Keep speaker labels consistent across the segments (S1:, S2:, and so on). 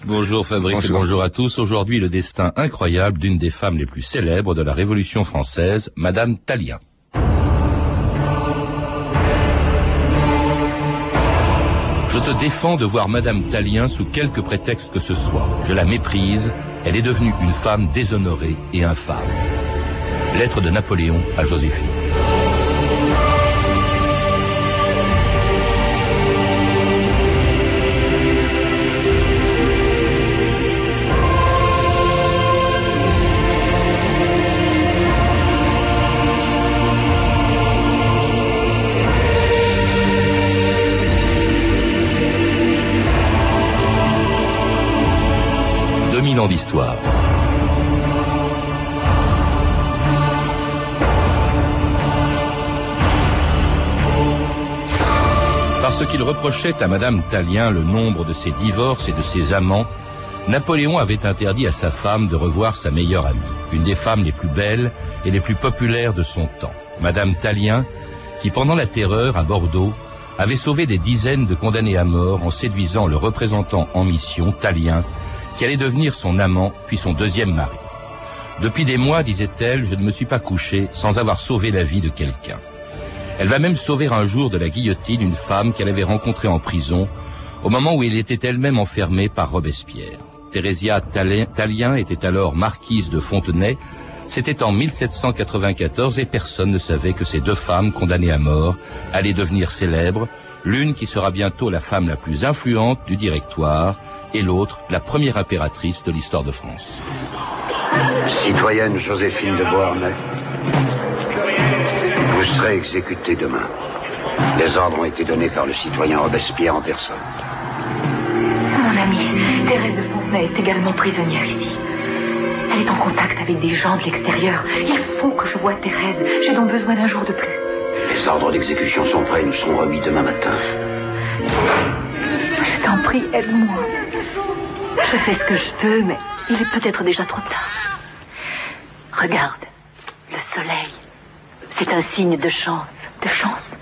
S1: Bonjour Fabrice et bonjour à tous. Aujourd'hui, le destin incroyable d'une des femmes les plus célèbres de la Révolution française, Madame Tallien. Je te défends de voir Madame Tallien sous quelque prétexte que ce soit. Je la méprise, elle est devenue une femme déshonorée et infâme. Lettre de Napoléon à Joséphine. Ans d'histoire. Parce qu'il reprochait à Madame Tallien le nombre de ses divorces et de ses amants, Napoléon avait interdit à sa femme de revoir sa meilleure amie, une des femmes les plus belles et les plus populaires de son temps, Madame Tallien, qui pendant la Terreur à Bordeaux avait sauvé des dizaines de condamnés à mort en séduisant le représentant en mission, Tallien, qui allait devenir son amant, puis son deuxième mari. Depuis des mois, disait-elle, je ne me suis pas couchée sans avoir sauvé la vie de quelqu'un. Elle va même sauver un jour de la guillotine une femme qu'elle avait rencontrée en prison, au moment où elle était elle-même enfermée par Robespierre. Thérésia Tallien était alors marquise de Fontenay. C'était en 1794 et personne ne savait que ces deux femmes condamnées à mort allaient devenir célèbres, l'une qui sera bientôt la femme la plus influente du Directoire, et l'autre, la première impératrice de l'histoire de France.
S2: Citoyenne Joséphine de Beauharnais, vous serez exécutée demain. Les ordres ont été donnés par le citoyen Robespierre en personne.
S3: Mon amie, Thérèse de Fontenay est également prisonnière ici. Elle est en contact avec des gens de l'extérieur. Il faut que je voie Thérèse. J'ai donc besoin d'un jour de plus.
S2: Les ordres d'exécution sont prêts et nous serons remis demain matin.
S3: Je t'en prie, aide-moi. Je fais ce que je peux, mais il est peut-être déjà trop tard. Regarde, le soleil. C'est un signe de chance. De chance.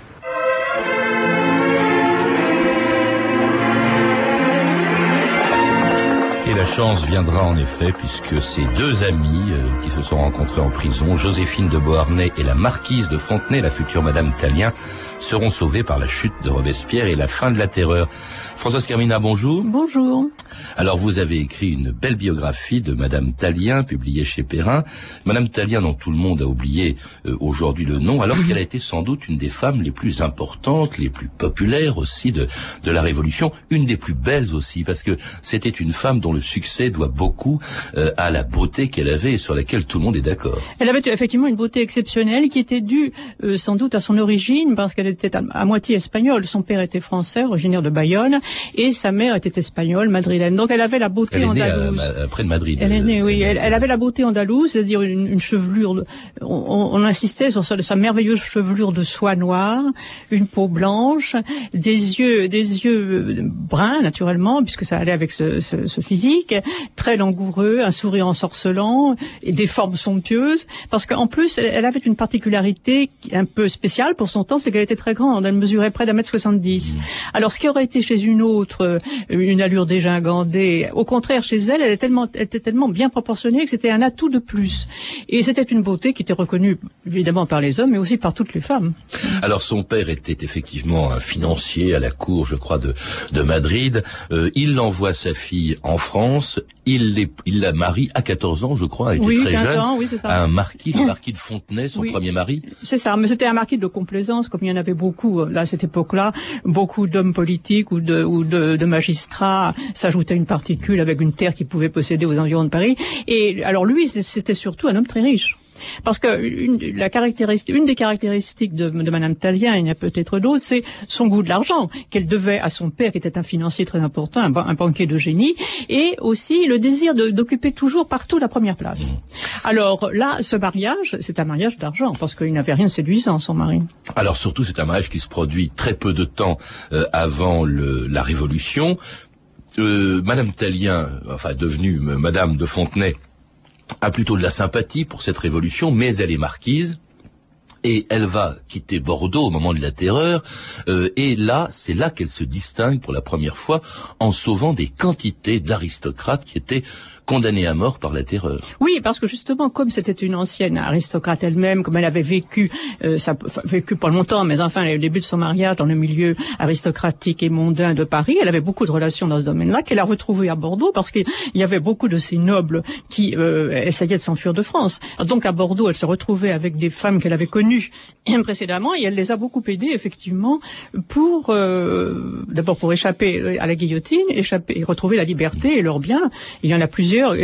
S1: Et la chance viendra en effet, puisque ces deux amies qui se sont rencontrées en prison, Joséphine de Beauharnais et la marquise de Fontenay, la future Madame Tallien, seront sauvées par la chute de Robespierre et la fin de la Terreur. Françoise Carmina, bonjour.
S4: Bonjour.
S1: Alors vous avez écrit une belle biographie de Madame Tallien, publiée chez Perrin. Madame Tallien, dont tout le monde a oublié aujourd'hui le nom, alors qu'elle a été sans doute une des femmes les plus importantes, les plus populaires aussi de la Révolution, une des plus belles aussi, parce que c'était une femme dont le succès doit beaucoup à la beauté qu'elle avait et sur laquelle tout le monde est d'accord.
S4: Elle avait effectivement une beauté exceptionnelle qui était due sans doute à son origine, parce qu'elle était à moitié espagnole. Son père était français, originaire de Bayonne, et sa mère était espagnole, madrilène. Donc elle avait la beauté andalouse.
S1: Elle est née près de Madrid.
S4: Elle est née, oui. Elle avait la beauté andalouse, c'est-à-dire une chevelure. On insistait sur sa merveilleuse chevelure de soie noire, une peau blanche, des yeux bruns naturellement, puisque ça allait avec ce physique, très langoureux, un sourire ensorcelant et des formes somptueuses. Parce qu'en plus, elle avait une particularité un peu spéciale pour son temps, c'est qu'elle était très grande. Elle mesurait près d'1m70. Alors, ce qui aurait été chez une autre, une allure dégingandée, au contraire, chez elle, elle était tellement bien proportionnée que c'était un atout de plus. Et c'était une beauté qui était reconnue, évidemment, par les hommes, mais aussi par toutes les femmes.
S1: Alors, son père était effectivement un financier à la cour, je crois, de Madrid. Il envoie sa fille en France. Il la marie à 14 ans, je crois. Elle était très jeune.
S4: Ans, oui, c'est ça.
S1: À un marquis, le marquis de Fontenay, son premier mari.
S4: C'est ça, mais c'était un marquis de complaisance, comme il y en avait beaucoup, là, à cette époque-là, beaucoup d'hommes politiques ou de magistrats s'ajoutaient une particule avec une terre qu'ils pouvaient posséder aux environs de Paris. Et alors lui, c'était surtout un homme très riche. Parce que une des caractéristiques de Madame Tallien, il y en a peut-être d'autres, c'est son goût de l'argent qu'elle devait à son père, qui était un financier très important, un banquier de génie, et aussi le désir d'occuper toujours partout la première place. Alors là, ce mariage, c'est un mariage d'argent, parce qu'il n'avait rien de séduisant, son mari.
S1: Alors surtout, c'est un mariage qui se produit très peu de temps avant la Révolution. Madame Tallien, enfin devenue Madame de Fontenay, a plutôt de la sympathie pour cette révolution, mais elle est marquise. Et elle va quitter Bordeaux au moment de la Terreur, et là, c'est là qu'elle se distingue pour la première fois en sauvant des quantités d'aristocrates qui étaient condamnée à mort par la Terreur.
S4: Oui, parce que justement, comme c'était une ancienne aristocrate elle-même, comme elle avait vécu, vécu pas longtemps, mais enfin, au début de son mariage dans le milieu aristocratique et mondain de Paris, elle avait beaucoup de relations dans ce domaine-là, qu'elle a retrouvé à Bordeaux, parce qu'il y avait beaucoup de ces nobles qui essayaient de s'enfuir de France. Donc à Bordeaux, elle se retrouvait avec des femmes qu'elle avait connues précédemment, et elle les a beaucoup aidées, effectivement, pour d'abord pour échapper à la guillotine, et retrouver la liberté et leurs biens. Il y en a plusieurs. Et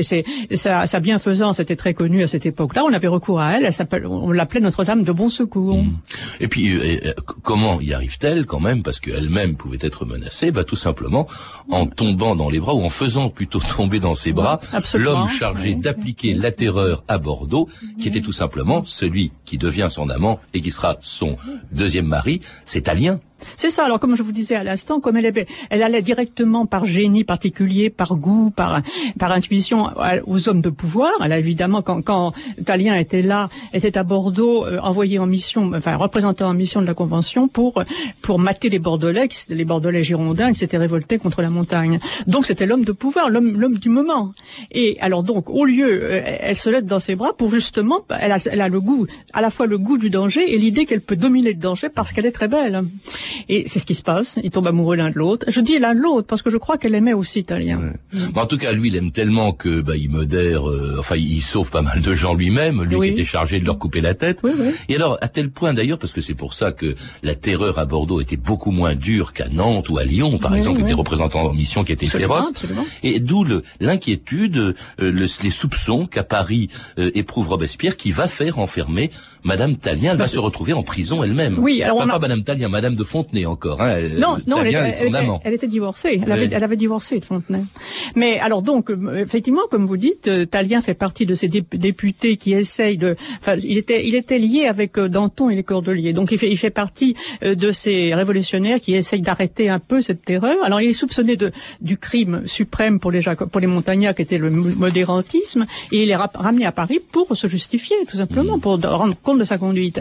S4: sa bienfaisance était très connue à cette époque-là. On avait recours à elle. On l'appelait Notre-Dame de Bon Secours.
S1: Et puis, comment y arrive-t-elle quand même, parce qu'elle-même pouvait être menacée, tout simplement en tombant dans les bras, ou en faisant plutôt tomber dans ses bras, l'homme chargé d'appliquer la terreur à Bordeaux, qui était tout simplement celui qui devient son amant et qui sera son deuxième mari, c'est Talien.
S4: C'est ça. Alors, comme je vous disais à l'instant, comme elle allait directement par génie particulier, par goût, par intuition aux hommes de pouvoir. Elle a évidemment, quand Talien était à Bordeaux, envoyé en mission, enfin représentant en mission de la Convention pour mater les Bordelais girondins qui s'étaient révoltés contre la montagne. Donc c'était l'homme de pouvoir, l'homme du moment. Et alors donc, au lieu, elle se laisse dans ses bras pour justement, elle a le goût, à la fois le goût du danger et l'idée qu'elle peut dominer le danger parce qu'elle est très belle. Et c'est ce qui se passe. Ils tombent amoureux l'un de l'autre. Je dis l'un de l'autre parce que je crois qu'elle aimait aussi Talien.
S1: Ouais. En tout cas, lui, il aime tellement que il modère. Il sauve pas mal de gens lui-même. Lui qui était chargé de leur couper la tête. Oui, oui. Et alors, à tel point d'ailleurs, parce que c'est pour ça que la terreur à Bordeaux était beaucoup moins dure qu'à Nantes ou à Lyon, par exemple, des représentants en mission qui étaient féroces. Et d'où l'inquiétude, les soupçons qu'à Paris éprouve Robespierre, qui va faire enfermer Madame Talien. Elle va se retrouver en prison elle-même.
S4: Oui, alors
S1: pas Madame Talien, Madame de Fontenay encore.
S4: Non,
S1: elle
S4: était divorcée. Elle avait divorcé de Fontenay. Mais alors donc, effectivement, comme vous dites, Talien fait partie de ces députés qui essayent de. Enfin, il était lié avec Danton et les Cordeliers. Donc il fait partie de ces révolutionnaires qui essayent d'arrêter un peu cette terreur. Alors il est soupçonné du crime suprême pour les Montagnards, qui était le modérantisme, et il est ramené à Paris pour se justifier, tout simplement, pour rendre compte de sa conduite.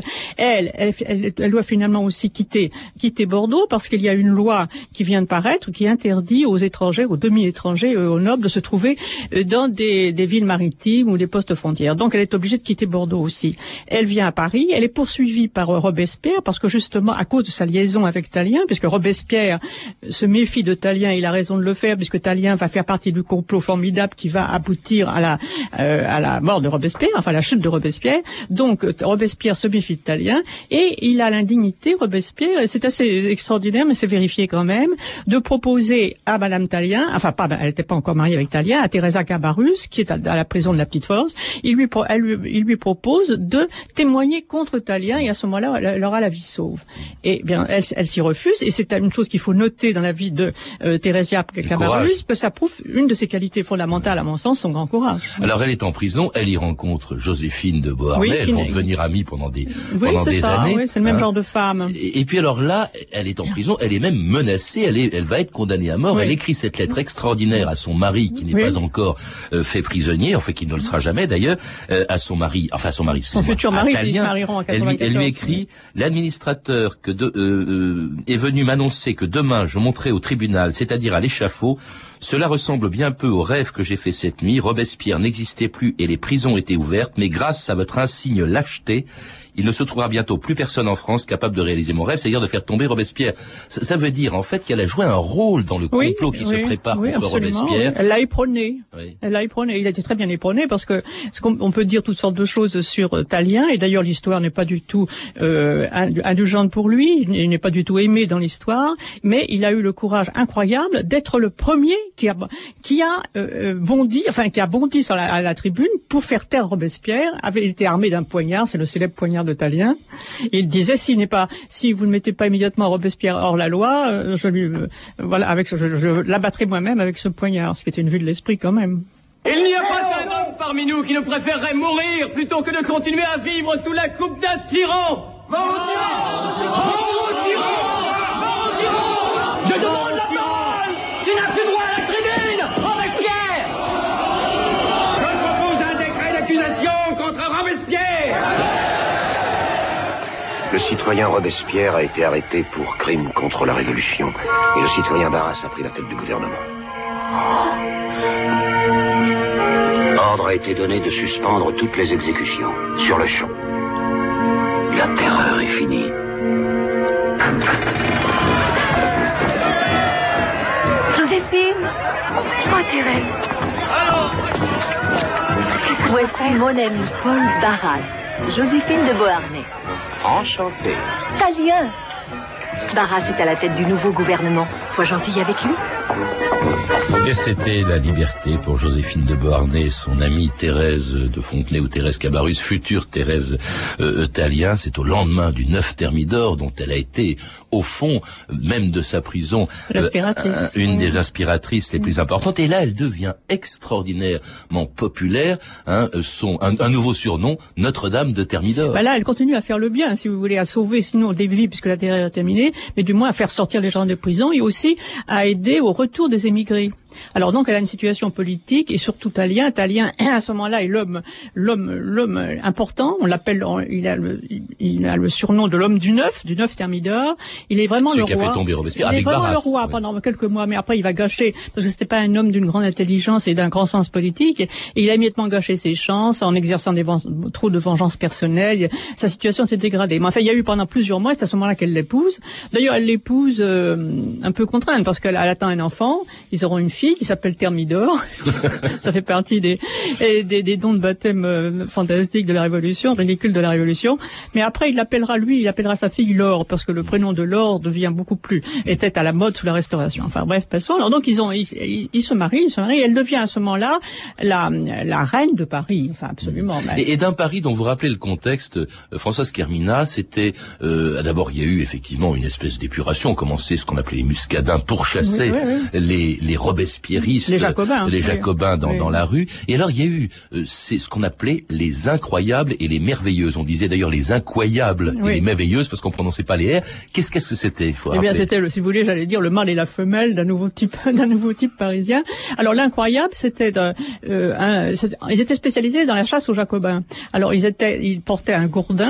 S4: Elle doit finalement aussi quitter Bordeaux parce qu'il y a une loi qui vient de paraître qui interdit aux étrangers, aux demi-étrangers, aux nobles de se trouver dans des villes maritimes ou des postes frontières. Donc elle est obligée de quitter Bordeaux aussi. Elle vient à Paris, elle est poursuivie par Robespierre parce que justement à cause de sa liaison avec Talien, puisque Robespierre se méfie de Talien, il a raison de le faire puisque Talien va faire partie du complot formidable qui va aboutir à la mort de Robespierre, enfin la chute de Robespierre. Donc Robespierre se méfie de Talien et il a l'indignité, Robespierre, et c'est assez extraordinaire, mais c'est vérifié quand même, de proposer à Madame Talien, elle n'était pas encore mariée avec Talien, à Teresa Cabarrus, qui est à la prison de la Petite Force, il lui propose de témoigner contre Talien, et à ce moment-là, elle aura la vie sauve. Et bien, elle s'y refuse, et c'est une chose qu'il faut noter dans la vie de Teresa Cabarrus, que ça prouve une de ses qualités fondamentales, à mon sens, son grand courage.
S1: Alors, elle est en prison, elle y rencontre Joséphine de Beauharnais, elles vont devenir amies pendant des années.
S4: Oui, c'est le même genre de femme.
S1: Et puis alors là, elle est en prison, elle est même menacée, elle va être condamnée à mort. Elle écrit cette lettre extraordinaire à son mari, qui n'est pas encore fait prisonnier, enfin qui ne le sera jamais d'ailleurs, à son futur mari,
S4: Talien. Ils se marieront en 94.
S1: Elle lui écrit: l'administrateur est venu m'annoncer que demain je monterai au tribunal, c'est-à-dire à l'échafaud. Cela ressemble bien peu au rêve que j'ai fait cette nuit. Robespierre n'existait plus et les prisons étaient ouvertes, mais grâce à votre insigne lâcheté, il ne se trouvera bientôt plus personne en France capable de réaliser mon rêve, c'est-à-dire de faire tomber Robespierre. Ça veut dire en fait qu'elle a joué un rôle dans le complot qui se prépare contre Robespierre.
S4: Elle l'a éperonné. Elle l'a éperonné. Il a été très bien éperonné parce que on peut dire toutes sortes de choses sur Talien, et d'ailleurs l'histoire n'est pas du tout indulgente pour lui. Il n'est pas du tout aimé dans l'histoire, mais il a eu le courage incroyable d'être le premier qui a bondi sur la tribune pour faire taire Robespierre. Il était armé d'un poignard, c'est le célèbre poignard de Talien. Il disait si vous ne mettez pas immédiatement Robespierre hors la loi, je l'abattrai moi-même avec ce poignard, ce qui était une vue de l'esprit quand même.
S5: Il n'y a pas un homme parmi nous qui ne préférerait mourir plutôt que de continuer à vivre sous la coupe d'un tyran. Mort au tyran! Mort au tyran! Mort au tyran! Je demande la parole! Tu n'as plus droit à la tribune! Robespierre! Je propose un décret d'accusation contre Robespierre!
S2: Le citoyen Robespierre a été arrêté pour crime contre la Révolution. Et le citoyen Barras a pris la tête du gouvernement. Ordre a été donné de suspendre toutes les exécutions, sur le champ. La terreur est finie.
S3: Joséphine! Oh, Thérèse! Voici mon ami Paul Barras, Joséphine de Beauharnais.
S2: Enchanté.
S3: Talien! Barras est à la tête du nouveau gouvernement. Sois gentille avec lui.
S1: Et c'était la liberté pour Joséphine de Beauharnais, son amie Thérèse de Fontenay ou Thérèse Cabarrus, future Thérèse Talien. C'est au lendemain du 9 Thermidor dont elle a été, au fond, même de sa prison, une des inspiratrices les plus importantes. Et là, elle devient extraordinairement populaire. Un nouveau surnom, Notre-Dame de Thermidor.
S4: Bah là, elle continue à faire le bien, si vous voulez, à sauver sinon des vies puisque la terreur est terminée, mais du moins à faire sortir les gens de prison et aussi à aider au retour des émigrés. Alors donc elle a une situation politique et surtout Talien à ce moment-là est l'homme important. On l'appelle, il a le surnom de l'homme du 9 Thermidor. Il est vraiment le roi. Celui qui a fait tomber Robespierre avec Barras. Il est vraiment le roi pendant quelques mois, mais après il va gâcher parce que c'était pas un homme d'une grande intelligence et d'un grand sens politique. Et il a immédiatement gâché ses chances en exerçant trop de vengeance personnelle. Sa situation s'est dégradée. Mais enfin il y a eu pendant plusieurs mois. C'est à ce moment-là qu'elle l'épouse. D'ailleurs elle l'épouse un peu contrainte parce qu'elle attend un enfant. Ils auront une fille qui s'appelle Thermidor. Ça fait partie des dons de baptême fantastiques de la Révolution, ridicules de la Révolution. Mais après, il appellera sa fille Laure, parce que le prénom de Laure devient était à la mode sous la Restauration. Enfin bref, passons. Alors donc ils se marient, et elle devient à ce moment-là la reine de Paris. Enfin absolument.
S1: Et d'un Paris dont vous rappelez le contexte, Françoise Kermina, c'était d'abord il y a eu effectivement une espèce d'épuration. On commençait ce qu'on appelait les muscadins pour chasser les robespierristes, les jacobins dans la rue. Et alors il y a eu c'est ce qu'on appelait les incroyables et les merveilleuses. On disait d'ailleurs les incroyables et les merveilleuses parce qu'on prononçait pas les R. Qu'est-ce que c'était? Eh
S4: bien c'était si vous voulez, j'allais dire le mâle et la femelle d'un nouveau type parisien. Alors l'incroyable c'était ils étaient spécialisés dans la chasse aux jacobins. Alors ils portaient un gourdin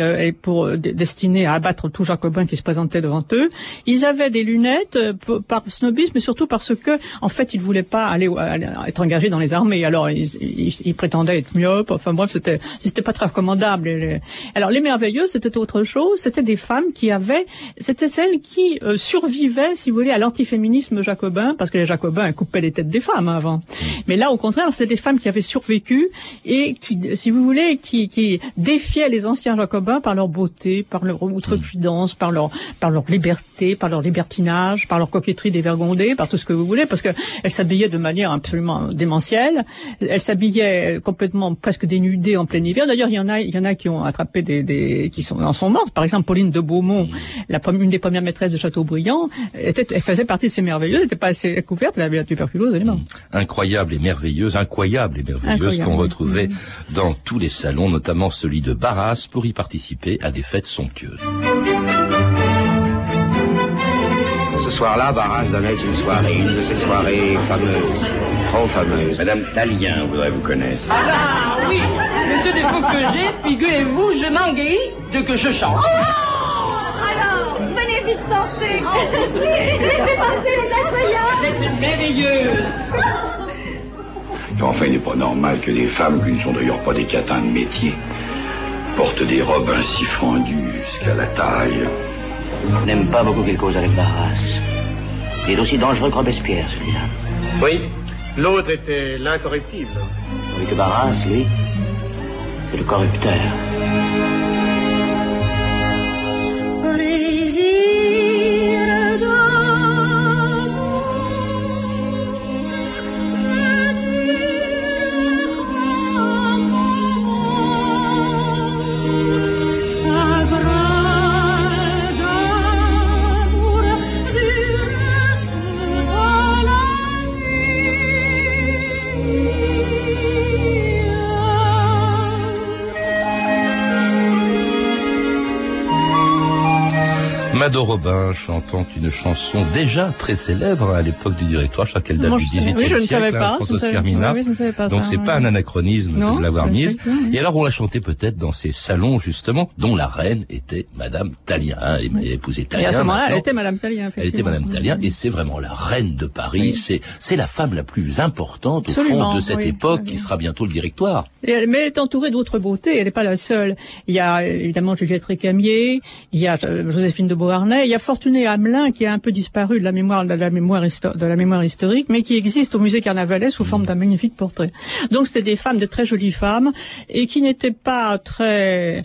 S4: destiné à abattre tout jacobin qui se présentait devant eux. Ils avaient des lunettes par snobisme mais surtout parce que en fait, ils voulaient pas être engagés dans les armées. Alors, ils prétendaient être myopes. Enfin bref, c'était pas très recommandable. Alors, les merveilleuses, c'était autre chose. C'était des femmes c'était celles qui survivaient, si vous voulez, à l'antiféminisme jacobin, parce que les jacobins coupaient les têtes des femmes avant. Mais là, au contraire, c'était des femmes qui avaient survécu et qui, si vous voulez, qui défiaient les anciens jacobins par leur beauté, par leur outrecuidance, par leur liberté, par leur libertinage, par leur coquetterie dévergondée, par tout ce que vous voulez, parce que elle s'habillait de manière absolument démentielle. Elle s'habillait complètement presque dénudée en plein hiver. D'ailleurs, il y en a qui ont attrapé qui sont mortes. Par exemple, Pauline de Beaumont, une des premières maîtresses de Chateaubriand, elle faisait partie de ces merveilleuses. Elle n'était pas assez couverte. Elle avait la tuberculose.
S1: Incroyable et merveilleuse qu'on retrouvait dans tous les salons, notamment celui de Barras, pour y participer à des fêtes somptueuses.
S2: Ce soir-là, Barras donnait une de ces soirées fameuses, trop fameuses. Madame Talien voudrait vous connaître.
S5: Ah oui, le seul défaut que j'ai, figurez-vous, je m'engueille de que je chante.
S6: Oh, alors, venez vite chanter. Laissez passer les incroyables.
S5: C'est une merveilleuse.
S7: Enfin, il n'est pas normal que des femmes, qui ne sont d'ailleurs pas des catins de métier, portent des robes ainsi fendues jusqu'à la taille.
S2: Je n'aime pas beaucoup qu'il cause avec Barras. Il est aussi dangereux que Robespierre, celui-là.
S8: Oui, l'autre était l'incorruptible.
S2: Oui, que Barras, lui, c'est le corrupteur.
S1: Mado Robin chantant une chanson déjà très célèbre à l'époque du directoire, je crois qu'elle date du XVIIIe siècle, Françoise Carmina. Donc c'est pas un anachronisme de l'avoir mise. Et alors on l'a chantait peut-être dans ces salons justement, dont la reine était Madame Tallien. Elle a épousé Tallien.
S4: Et à ce moment-là, elle était Madame Tallien.
S1: Elle était Madame Tallien, et c'est vraiment la reine de Paris. C'est la femme la plus importante au fond de cette époque qui sera bientôt le directoire.
S4: Mais elle est entourée d'autres beautés. Elle n'est pas la seule. Il y a évidemment Juliette Récamier, il y a Joséphine de Beauharnais, il y a Fortuné Hamelin qui a un peu disparu de la mémoire historique, mais qui existe au musée Carnavalet sous forme d'un magnifique portrait. Donc c'était des femmes, de très jolies femmes, et qui n'étaient pas très,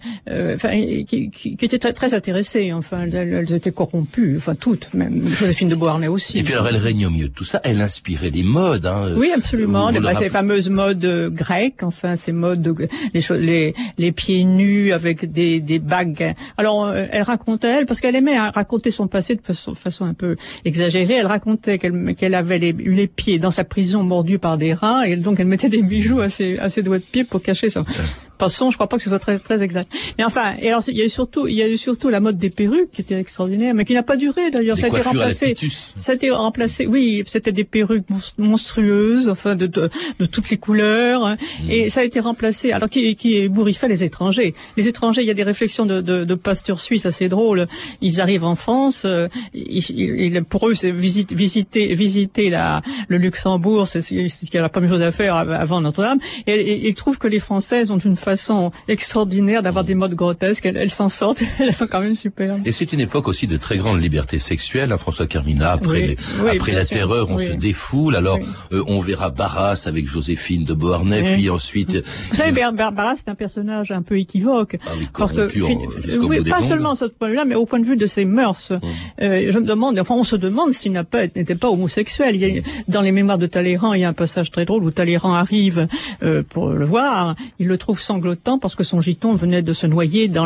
S4: qui étaient très intéressées. Enfin, elles étaient corrompues, enfin toutes, même Joséphine de Beauharnais aussi.
S1: Et puis alors elle règne au milieu de tout ça. Elle inspirait des modes. Hein.
S4: Oui, absolument. Ces fameuses modes grecques, enfin ces modes, les pieds nus avec des bagues. Alors elle racontait, parce qu'elle aimait raconter son passé de façon un peu exagérée. Elle racontait qu'elle avait les pieds dans sa prison mordus par des rats, et donc elle mettait des bijoux à ses doigts de pied pour cacher ça. Je crois pas que ce soit très exact. Mais enfin, et alors il y a eu surtout la mode des perruques qui était extraordinaire, mais qui n'a pas duré d'ailleurs. Ça a été remplacé. Oui, c'était des perruques monstrueuses, enfin de toutes les couleurs, et ça a été remplacé. Alors qui ébouriffait les étrangers. Les étrangers, il y a des réflexions de pasteurs suisses assez drôles. Ils arrivent en France, pour eux c'est visiter le Luxembourg, c'est la première chose à faire avant Notre-Dame, et ils trouvent que les Françaises ont une façon extraordinaire d'avoir des modes grotesques. Elles s'en sortent, elles sont quand même superbes.
S1: Et c'est une époque aussi de très grande liberté sexuelle. Hein, François Carmina, après la terreur, on se défoule. Alors, on verra Barras avec Joséphine de Beauharnais, puis ensuite...
S4: Vous savez, Barras, c'est un personnage un peu équivoque.
S1: Ah oui, corrompu jusqu'au bout des
S4: pas
S1: ongles.
S4: seulement à ce point-là, mais au point de vue de ses mœurs. Je me demande, on se demande s'il n'était pas homosexuel. Dans les mémoires de Talleyrand, il y a un passage très drôle où Talleyrand arrive pour le voir. Il le trouve sanglotant parce que son giton venait de se noyer dans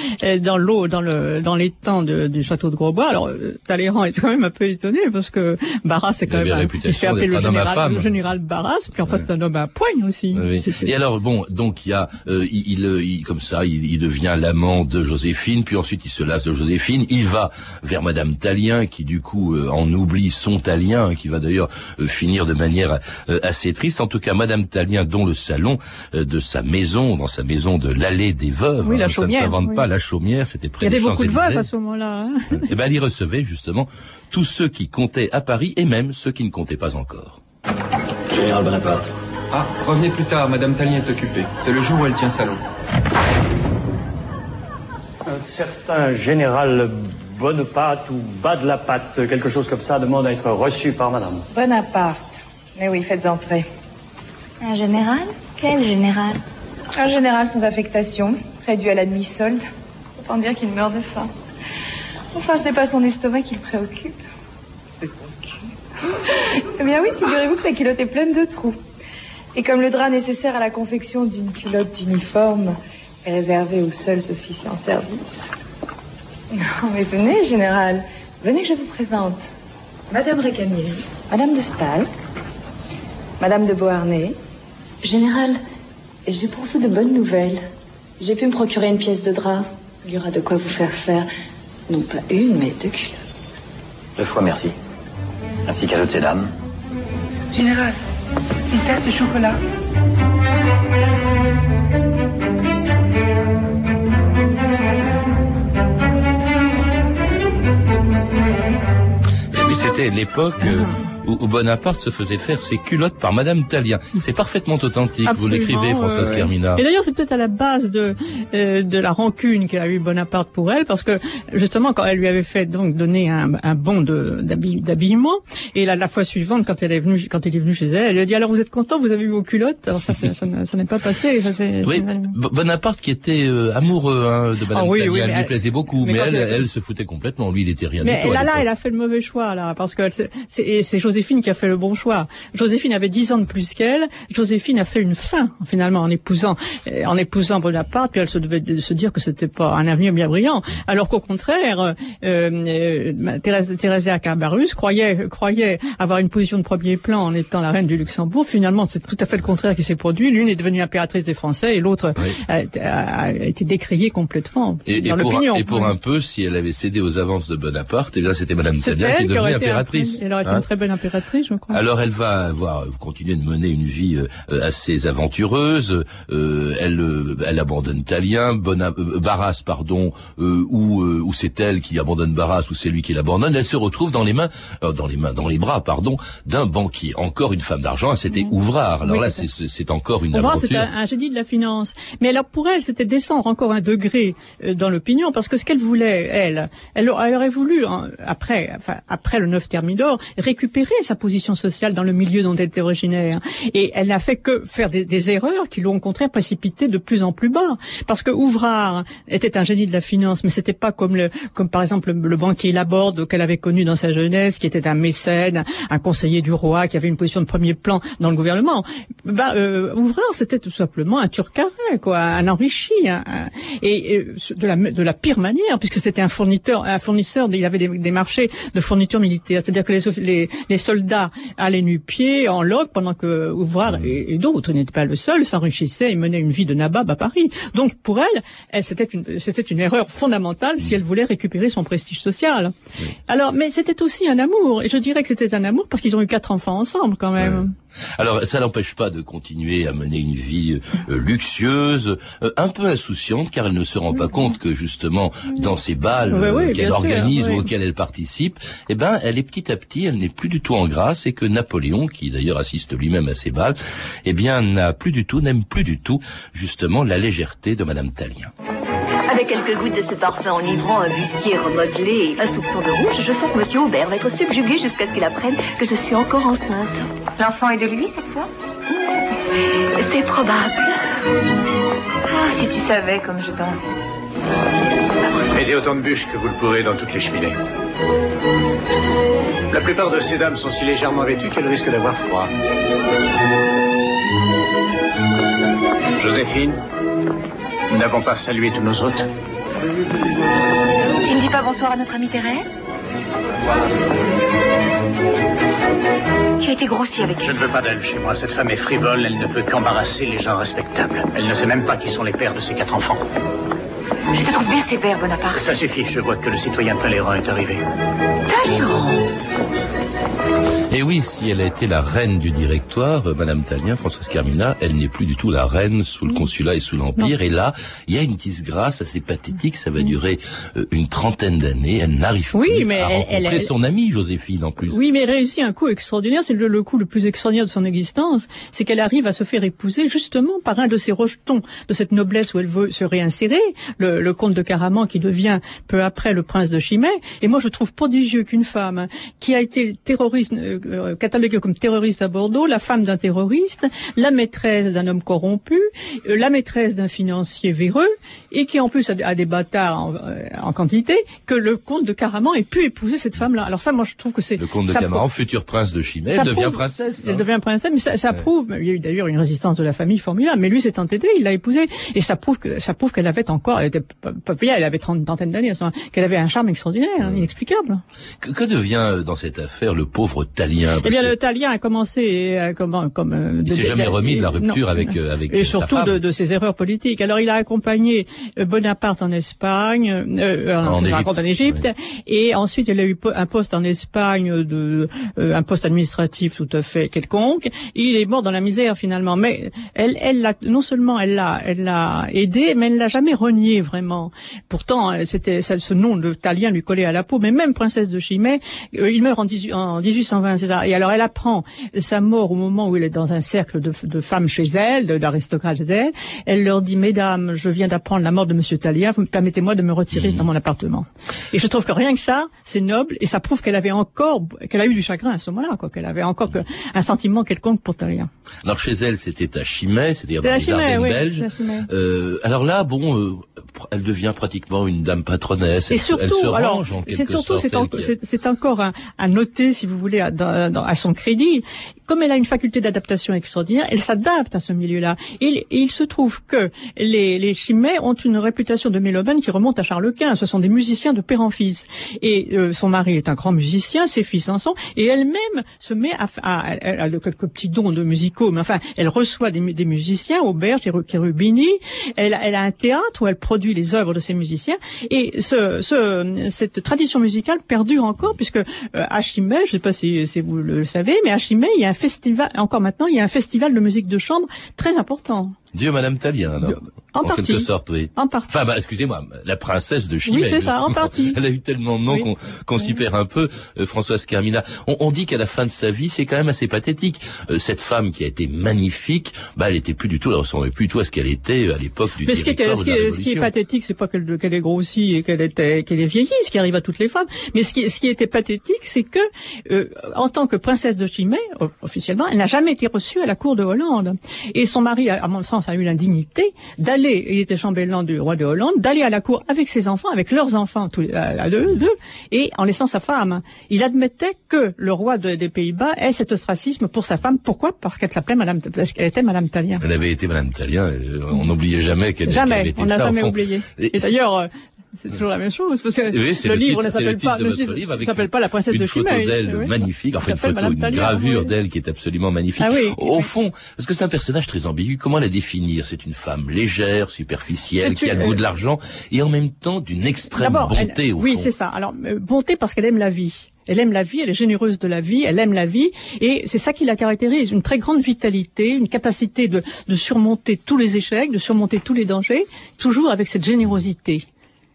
S4: l'étang du château de Grosbois. Alors Talleyrand est quand même un peu étonné parce que Barras c'est quand même il se fait appeler le général Barras, puis en face c'est un homme à poigne aussi.
S1: Oui. Et alors donc il y a comme ça il devient l'amant de Joséphine, puis ensuite il se lasse de Joséphine, il va vers Madame Tallien qui du coup en oublie son Tallien, qui va d'ailleurs finir de manière assez triste. En tout cas Madame Tallien, dont le salon de sa maison, dans sa maison de l'allée des Veuves,
S4: la
S1: ça ne s'invente pas, la Chaumière, c'était près des Champs-Élysées.
S4: Il y avait beaucoup de veuves à ce moment-là. Hein.
S1: Et ben elle y recevait justement tous ceux qui comptaient à Paris et même ceux qui ne comptaient pas encore.
S9: Général Bonaparte.
S10: Ah, revenez plus tard, Madame Tallien est occupée. C'est le jour où elle tient salon.
S11: Un certain général Bonaparte ou bas de la patte, quelque chose comme ça, demande à être reçu par Madame.
S12: Bonaparte. Mais oui, faites entrer.
S6: Un général? Quel général?
S12: Un général sans affectation, réduit à la demi-solde. Autant dire qu'il meurt de faim. Enfin, ce n'est pas son estomac qui le préoccupe. C'est son cul. Eh bien oui, figurez-vous que sa culotte est pleine de trous. Et comme le drap nécessaire à la confection d'une culotte d'uniforme est réservé aux seuls officiers en service. Non, mais venez, général. Venez que je vous présente. Madame Récamier, Madame de Staël, Madame de Beauharnais. Général, j'ai pour vous de bonnes nouvelles. J'ai pu me procurer une pièce de drap. Il y aura de quoi vous faire non pas une, mais 2 culottes.
S9: 2 fois merci. Ainsi qu'à toutes ces dames.
S12: Général, une tasse de chocolat.
S1: Et puis c'était l'époque où Bonaparte se faisait faire ses culottes par Madame Tallien. C'est parfaitement authentique.
S4: Absolument,
S1: vous l'écrivez, Françoise Carmina.
S4: Et d'ailleurs, c'est peut-être à la base de la rancune qu'a eu Bonaparte pour elle, parce que justement, quand elle lui avait fait donc donner un bon d'habillement, et la fois suivante, quand il est venu chez elle, elle lui a dit: alors vous êtes content, vous avez eu vos culottes? Alors ça n'est pas passé.
S1: Oui, Bonaparte qui était amoureux de Madame Tallien, elle lui plaisait beaucoup, mais elle se foutait complètement. Lui, il était rien du tout.
S4: Mais là, elle a fait le mauvais choix là, parce que c'est Joséphine Joséphine qui a fait le bon choix. Joséphine avait 10 ans de plus qu'elle. Joséphine a fait une fin, finalement, en épousant Bonaparte, puis elle se devait de se dire que c'était pas un avenir bien brillant. Alors qu'au contraire, Thérèse Carbarus croyait avoir une position de premier plan en étant la reine du Luxembourg. Finalement, c'est tout à fait le contraire qui s'est produit. L'une est devenue impératrice des Français et l'autre a été décriée complètement dans l'opinion.
S1: Et pour un peu, si elle avait cédé aux avances de Bonaparte, eh bien c'était Madame Tallien qui devenait impératrice.
S4: Elle aurait été une très belle impératrice, je crois.
S1: Alors elle va continuer de mener une vie assez aventureuse. Elle abandonne Tallien, Barras, ou c'est elle qui abandonne Barras, ou c'est lui qui l'abandonne. Elle se retrouve dans les bras d'un banquier. Encore une femme d'argent, c'était Ouvrard. Alors c'est encore une
S4: Ouvrard,
S1: aventure.
S4: c'est un génie de la finance. Mais alors pour elle, c'était descendre encore un degré dans l'opinion, parce que ce qu'elle voulait, elle aurait voulu, après le 9 Thermidor, récupérer sa position sociale dans le milieu dont elle était originaire. Et elle n'a fait que faire des erreurs qui l'ont au contraire précipité de plus en plus bas. Parce que Ouvrard était un génie de la finance, mais c'était pas comme par exemple le banquier Laborde qu'elle avait connu dans sa jeunesse, qui était un mécène, un conseiller du roi, qui avait une position de premier plan dans le gouvernement. Ouvrard, c'était tout simplement un turcaret, un enrichi, de la pire manière, puisque c'était un fournisseur, il avait des marchés de fournitures militaires. C'est-à-dire que les soldats allaient nu-pieds en loge, pendant que Ouvrard et d'autres, n'étaient pas le seul, s'enrichissaient et menaient une vie de nabab à Paris. Donc pour elle, c'était une erreur fondamentale si elle voulait récupérer son prestige social. Oui. Alors, mais c'était aussi un amour, et je dirais que c'était un amour parce qu'ils ont eu 4 enfants ensemble quand même.
S1: Ouais. Alors, ça n'empêche pas de continuer à mener une vie luxueuse, un peu insouciante, car elle ne se rend pas compte que justement, dans ces balles qu'elle organise ou auxquels elle participe, eh ben, elle est petit à petit, elle n'est plus du tout en grâce, et que Napoléon, qui d'ailleurs assiste lui-même à ces balles, eh bien, n'aime plus du tout, justement, la légèreté de Madame Tallien.
S3: Avec quelques gouttes de ce parfum enivrant, un bustier remodelé et un soupçon de rouge, je sens que Monsieur Aubert va être subjugué jusqu'à ce qu'il apprenne que je suis encore enceinte.
S12: L'enfant est de lui, cette fois?
S3: C'est probable.
S12: Ah, si tu savais comme je t'en veux.
S8: Mettez autant de bûches que vous le pourrez dans toutes les cheminées. La plupart de ces dames sont si légèrement vêtues qu'elles risquent d'avoir froid. Joséphine, nous n'avons pas salué tous nos hôtes.
S12: Tu ne dis pas bonsoir à notre amie Thérèse?
S3: Tu as été grossier avec elle.
S8: Je ne veux pas d'elle chez moi. Cette femme est frivole, elle ne peut qu'embarrasser les gens respectables. Elle ne sait même pas qui sont les pères de ses 4 enfants.
S3: Je te trouve bien sévère, Bonaparte.
S8: Ça suffit, je vois que le citoyen Talleyrand est arrivé.
S3: Talleyrand?
S1: Et oui, si elle a été la reine du directoire, Madame Tallien, Françoise Carmina, elle n'est plus du tout la reine sous le consulat et sous l'Empire. Non. Et là, il y a une disgrâce assez pathétique. Ça va durer une 30aine d'années. Elle n'arrive plus à rencontrer son amie Joséphine, en plus.
S4: Oui, mais elle réussit un coup extraordinaire. C'est le coup le plus extraordinaire de son existence. C'est qu'elle arrive à se faire épouser justement par un de ces rejetons de cette noblesse où elle veut se réinsérer, le comte de Caraman, qui devient peu après le prince de Chimay. Et moi, je trouve prodigieux qu'une femme qui a été terroriste, cataloguée comme terroriste à Bordeaux, la femme d'un terroriste, la maîtresse d'un homme corrompu, la maîtresse d'un financier véreux, et qui en plus a des bâtards en quantité, que le comte de Caraman ait pu épouser cette femme-là. Alors ça, moi, je trouve que c'est...
S1: Le comte de Caraman, futur prince de Chimay, devient princesse.
S4: Elle devient princesse, mais ça prouve... Il y a eu d'ailleurs une résistance de la famille formidable, mais lui s'est entêté, il l'a épousée, et ça prouve qu'elle avait encore... Elle était pas vieille, elle avait une trentaine d'années, qu'elle avait un charme extraordinaire, inexplicable.
S1: Que devient dans cette affaire le pauvre Tallien?
S4: Eh bien, le Tallien a commencé
S1: il s'est jamais remis de la rupture avec
S4: et surtout
S1: sa femme.
S4: de ses erreurs politiques. Alors, il a accompagné Bonaparte en Espagne, en Égypte, et ensuite il a eu un poste en Espagne un poste administratif tout à fait quelconque. Il est mort dans la misère finalement. Mais non seulement elle l'a aidé, mais elle l'a jamais renié vraiment. Pourtant, ce nom de Tallien lui collait à la peau. Mais même princesse de Chimay, il meurt en 1820. Et alors elle apprend sa mort au moment où elle est dans un cercle de femmes chez elle, d'aristocrates chez elle. Elle leur dit: Mesdames, je viens d'apprendre la mort de Monsieur Tallien, permettez-moi de me retirer dans mon appartement. Et je trouve que rien que ça, c'est noble, et ça prouve qu'elle a eu du chagrin à ce moment-là, qu'elle avait encore un sentiment quelconque pour Tallien.
S1: Alors chez elle, c'était à Chimay, c'est-à-dire dans les Ardennes belges. Alors là, elle devient pratiquement une dame patronesse.
S4: Et surtout,
S1: elle se range
S4: alors,
S1: en quelque sorte.
S4: C'est encore à noter, si vous voulez, à son crédit. Comme elle a une faculté d'adaptation extraordinaire, elle s'adapte à ce milieu-là. Et il se trouve que les Chimay ont une réputation de mélomanes qui remonte à Charles Quint. Ce sont des musiciens de père en fils. Et son mari est un grand musicien, ses fils en sont, et elle-même se met elle a quelques petits dons de musicaux, mais enfin, elle reçoit des musiciens, Auberge, Cherubini. Elle a un théâtre où elle produit les œuvres de ces musiciens. Et cette tradition musicale perdure encore, puisque à Chimay, je ne sais pas si vous le savez, mais à Chimay, il y a un festival, encore maintenant, il y a un festival de musique de chambre très important.
S1: Dieu, Madame Tallien, alors. En partie. Quelque sorte, oui.
S4: En partie.
S1: Enfin, excusez-moi, la princesse de Chimay.
S4: Oui, c'est ça, en partie.
S1: Elle a eu tellement de noms qu'on s'y perd un peu, Françoise Carmina. On dit qu'à la fin de sa vie, c'est quand même assez pathétique. Cette femme qui a été magnifique, elle était plus du tout, elle ressemblait plus du tout à ce qu'elle était à l'époque du directoire de la Révolution.
S4: Ce qui est pathétique, c'est pas qu'elle est grossie et qu'elle est vieillie, ce qui arrive à toutes les femmes. Mais ce qui était pathétique, c'est que, en tant que princesse de Chimay, officiellement, elle n'a jamais été reçue à la cour de Hollande. Et son mari, à mon sens, a eu l'indignité d'aller, il était chambellan du roi de Hollande, d'aller à la cour avec ses enfants, avec leurs enfants, à deux, et en laissant sa femme. Il admettait que le roi des Pays-Bas ait cet ostracisme pour sa femme. Pourquoi? Parce qu'elle était Madame Tallien.
S1: Elle avait été Madame Tallien. On n'oubliait jamais qu'elle était ça.
S4: Jamais, on n'a jamais oublié. Et d'ailleurs, c'est toujours la même chose, parce que le livre ne s'appelle pas La princesse de Chimay.
S1: Une photo d'elle magnifique, enfin une gravure d'elle qui est absolument magnifique. Au fond, parce que c'est un personnage très ambigu, comment la définir? C'est une femme légère, superficielle, qui a le goût de l'argent, et en même temps d'une extrême bonté, au fond.
S4: Oui, c'est ça. Alors, bonté parce qu'elle aime la vie. Elle aime la vie, elle est généreuse de la vie, elle aime la vie, et c'est ça qui la caractérise, une très grande vitalité, une capacité de surmonter tous les échecs, de surmonter tous les dangers, toujours avec cette générosité.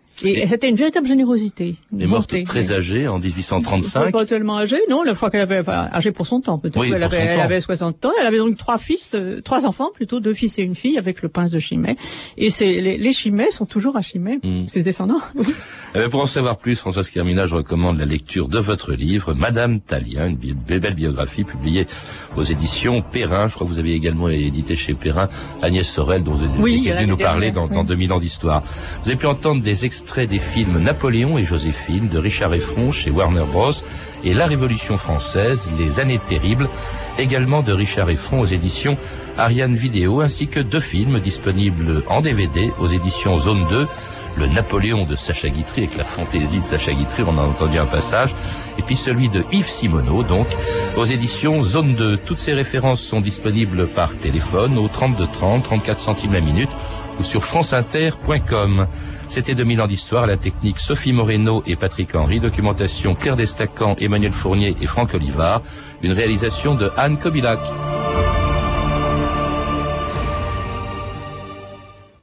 S4: Et c'était une véritable générosité.
S1: Elle est morte très âgée, en 1835.
S4: Pas tellement âgée, non, je crois qu'elle avait âgée pour son temps, peut-être.
S1: Oui,
S4: elle avait 60 ans. Elle avait donc trois enfants, plutôt 2 fils et une fille, avec le prince de Chimay. Et les Chimay sont toujours à Chimay, ses descendants.
S1: Pour en savoir plus, Françoise Carmina, je recommande la lecture de votre livre, Madame Tallien, une belle biographie publiée aux éditions Perrin. Je crois que vous avez également édité chez Perrin Agnès Sorel, dont vous êtes venu nous parler dans 2000 ans d'histoire. Vous avez pu entendre des extraits des films Napoléon et Joséphine de Richard Effron chez Warner Bros. Et La Révolution française, Les années terribles, également de Richard Effron aux éditions Ariane Vidéo, ainsi que 2 films disponibles en DVD aux éditions Zone 2. Le Napoléon de Sacha Guitry, avec la fantaisie de Sacha Guitry, on a entendu un passage, et puis celui de Yves Simoneau, donc, aux éditions Zone 2. Toutes ces références sont disponibles par téléphone au 32 30, 34 centimes la minute, ou sur franceinter.com. C'était 2000 ans d'histoire, à la technique Sophie Moreno et Patrick Henry, documentation Claire Destacan, Emmanuel Fournier et Franck Olivard, une réalisation de Anne Kobilac.